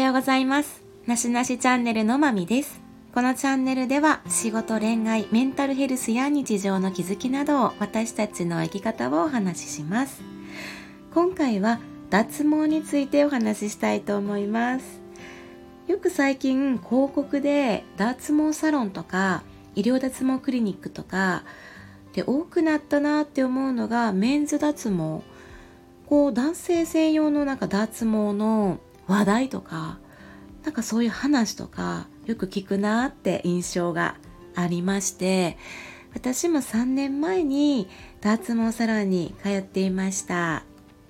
ようございます。なしなしチャンネルのまみです。このチャンネルでは仕事、恋愛、メンタルヘルスや日常の気づきなどを私たちの生き方をお話しします。今回は脱毛についてお話ししたいと思います。よく最近広告で脱毛サロンとか医療脱毛クリニックとかで多くなったなって思うのがメンズ脱毛。男性専用の脱毛の話題とかそういう話とかよく聞くなって印象がありまして、私も3年前に脱毛サロンに通っていました。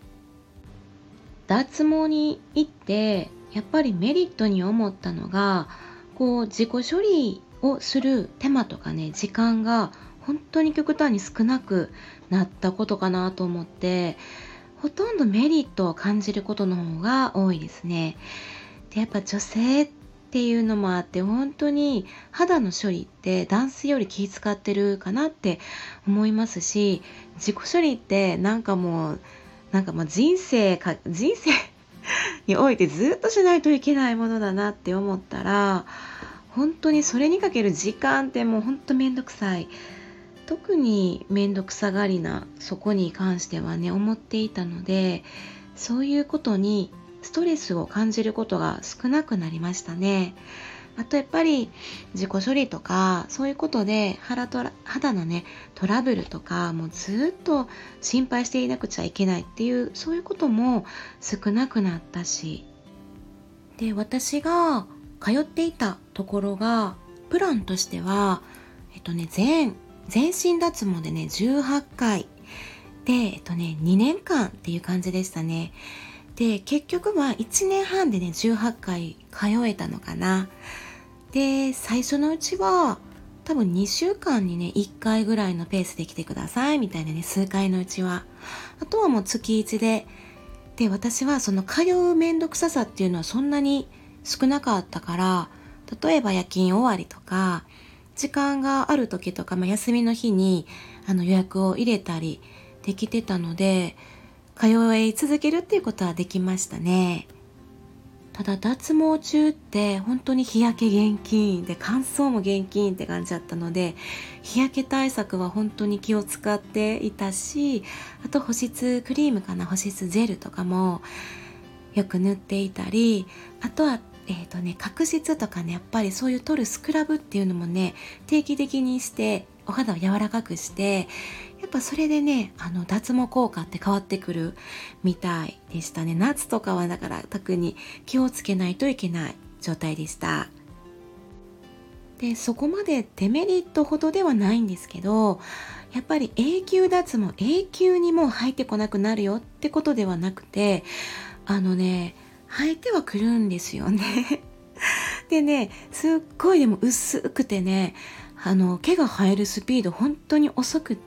脱毛に行ってやっぱりメリットに思ったのが自己処理をする手間とかね、時間が本当に極端に少なくなったことかなと思って、ほとんどメリットを感じることの方が多いですね。でやっぱ女性っていうのもあって、本当に肌の処理って男性より気遣ってるかなって思いますし、自己処理ってもう人生においてずっとしないといけないものだなって思ったら、本当にそれにかける時間ってもう本当めんどくさい。特にめんどくさがりなそこに関してはね、思っていたので、そういうことにストレスを感じることが少なくなりましたね。あとやっぱり自己処理とかそういうことで肌のねトラブルとかもうずっと心配していなくちゃいけないっていうそういうことも少なくなったし、で私が通っていたところがプランとしては全身脱毛でね18回で2年間っていう感じでしたね。で結局は1年半でね18回通えたのかな。で最初のうちは多分2週間にね1回ぐらいのペースで来てくださいみたいなね、数回のうちは。あとはもう月1で私はその通うめんどくささっていうのはそんなに少なかったから、例えば夜勤終わりとか時間がある時とか、休みの日に予約を入れたりできてたので、通い続けるっていうことはできましたね。ただ脱毛中って本当に日焼け厳禁で乾燥も厳禁って感じだったので、日焼け対策は本当に気を使っていたし、あと保湿クリーム保湿ジェルとかもよく塗っていたり、あとは角質とかね、やっぱりそういう取るスクラブっていうのもね定期的にしてお肌を柔らかくして、やっぱそれでね脱毛効果って変わってくるみたいでしたね。夏とかはだから特に気をつけないといけない状態でした。でそこまでデメリットほどではないんですけど、やっぱり永久脱毛永久にもう生えてこなくなるよってことではなくて、生えてはくるんですよねでね、すっごいでも薄くてね、毛が生えるスピード本当に遅くって、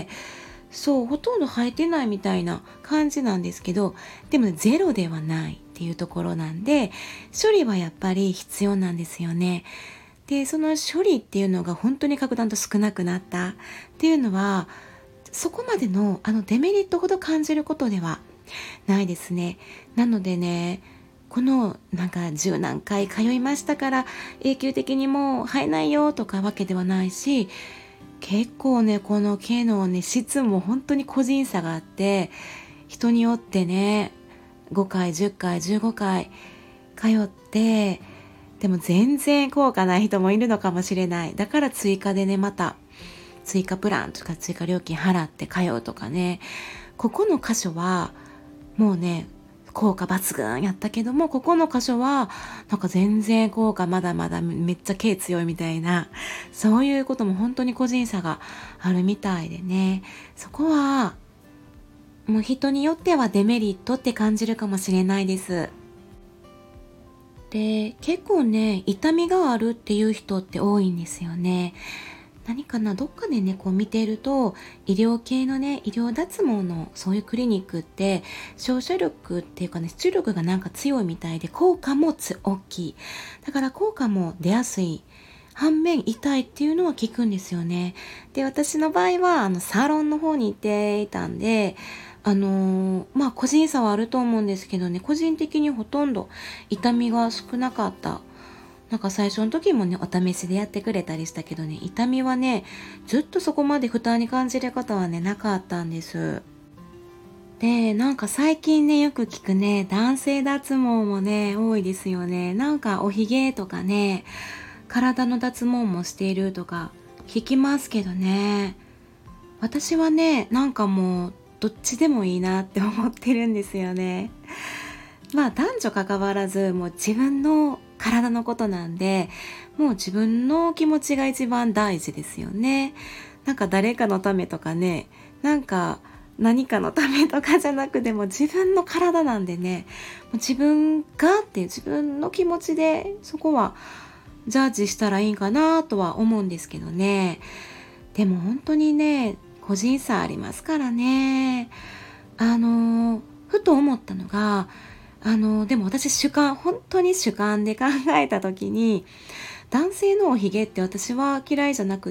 ほとんど生えてないみたいな感じなんですけど、でもゼロではないっていうところなんで、処理はやっぱり必要なんですよね。でその処理っていうのが本当に格段と少なくなったっていうのは、そこまでのデメリットほど感じることではないですね。なのでね、この十何回通いましたから永久的にもう生えないよとかわけではないし、結構ねこの毛のね質も本当に個人差があって、人によってね5回10回15回通って、でも全然効果ない人もいるのかもしれない。だから追加でね、また追加プランとか追加料金払って通うとかね、ここの箇所はもうね効果抜群やったけども、ここの箇所は全然効果まだまだめっちゃ毛強いみたいな、そういうことも本当に個人差があるみたいでね、そこはもう人によってはデメリットって感じるかもしれないです。で結構ね痛みがあるっていう人って多いんですよね。どっかでね見てると、医療系のね医療脱毛のそういうクリニックって照射力っていうかね、出力が強いみたいで、効果も大きい。だから効果も出やすい反面痛いっていうのは聞くんですよね。で私の場合はサロンの方に行っていたんで、 個人差はあると思うんですけどね、個人的にほとんど痛みが少なかった。なんか最初の時もね、お試しでやってくれたりしたけどね、痛みはね、ずっとそこまで負担に感じることはね、なかったんです。で、なんか最近ね、よく聞くね、男性脱毛もね、多いですよね。なんかおひげとかね、体の脱毛もしているとか聞きますけどね。私はね、なんかもうどっちでもいいなって思ってるんですよね。男女関わらずもう自分の体のことなんで、もう自分の気持ちが一番大事ですよね。なんか誰かのためとかね、なんか何かのためとかじゃなくても自分の体なんでね、もう自分がっていう自分の気持ちでそこはジャッジしたらいいかなとは思うんですけどね。でも本当にね、個人差ありますからね。ふと思ったのが、でも私本当に主観で考えた時に、男性のおひげって私は嫌いじゃなくって、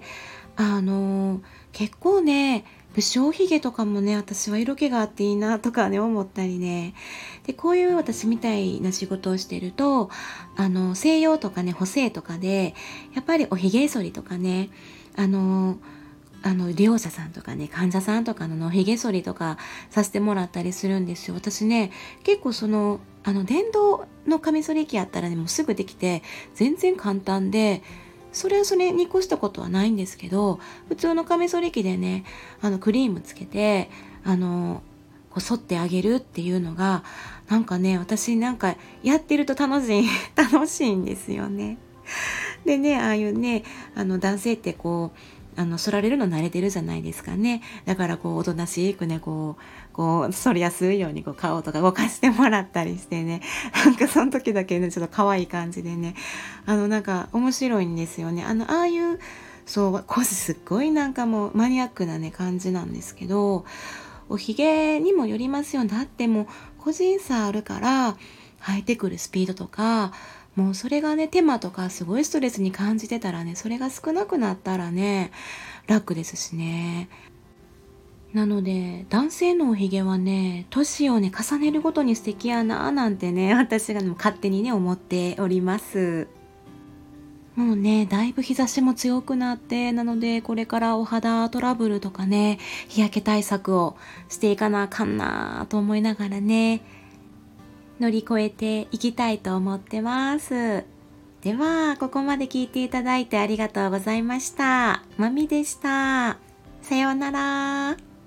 結構ね、武将髭とかもね、私は色気があっていいなとかね、思ったりね。で、こういう私みたいな仕事をしてると、西洋とかね、補正とかで、やっぱりお髭剃りとかね、あの、利用者さんとかね、患者さんとかの髭剃りとかさせてもらったりするんですよ。私ね、結構電動のカミソリ機やったらね、もうすぐできて、全然簡単で、それはそれに越したことはないんですけど、普通のカミソリ機でね、クリームつけて、こう剃ってあげるっていうのが、なんかね、私なんかやってると楽しい、楽しいんですよね。でね、ああいうね、男性ってこう、剃られるの慣れてるじゃないですかね。だからこう、おとなしくね、反りやすいようにこう顔とか動かしてもらったりしてね。なんかその時だけね、ちょっと可愛い感じでね。なんか面白いんですよね。ああいう、そう、これすっごいなんかもうマニアックなね、感じなんですけど、おひげにもよりますよ。だってもう個人差あるから、生えてくるスピードとか、もうそれがね、手間とかすごいストレスに感じてたらね、それが少なくなったらね、楽ですしね。なので、男性のおひげはね、年をね、重ねるごとに素敵やなぁなんてね、私が勝手にね、思っております。もうね、だいぶ日差しも強くなって、なので、これからお肌トラブルとかね、日焼け対策をしていかなあかんなと思いながらね、乗り越えていきたいと思ってます。では、ここまで聞いていただいてありがとうございました。まみでした。さようなら。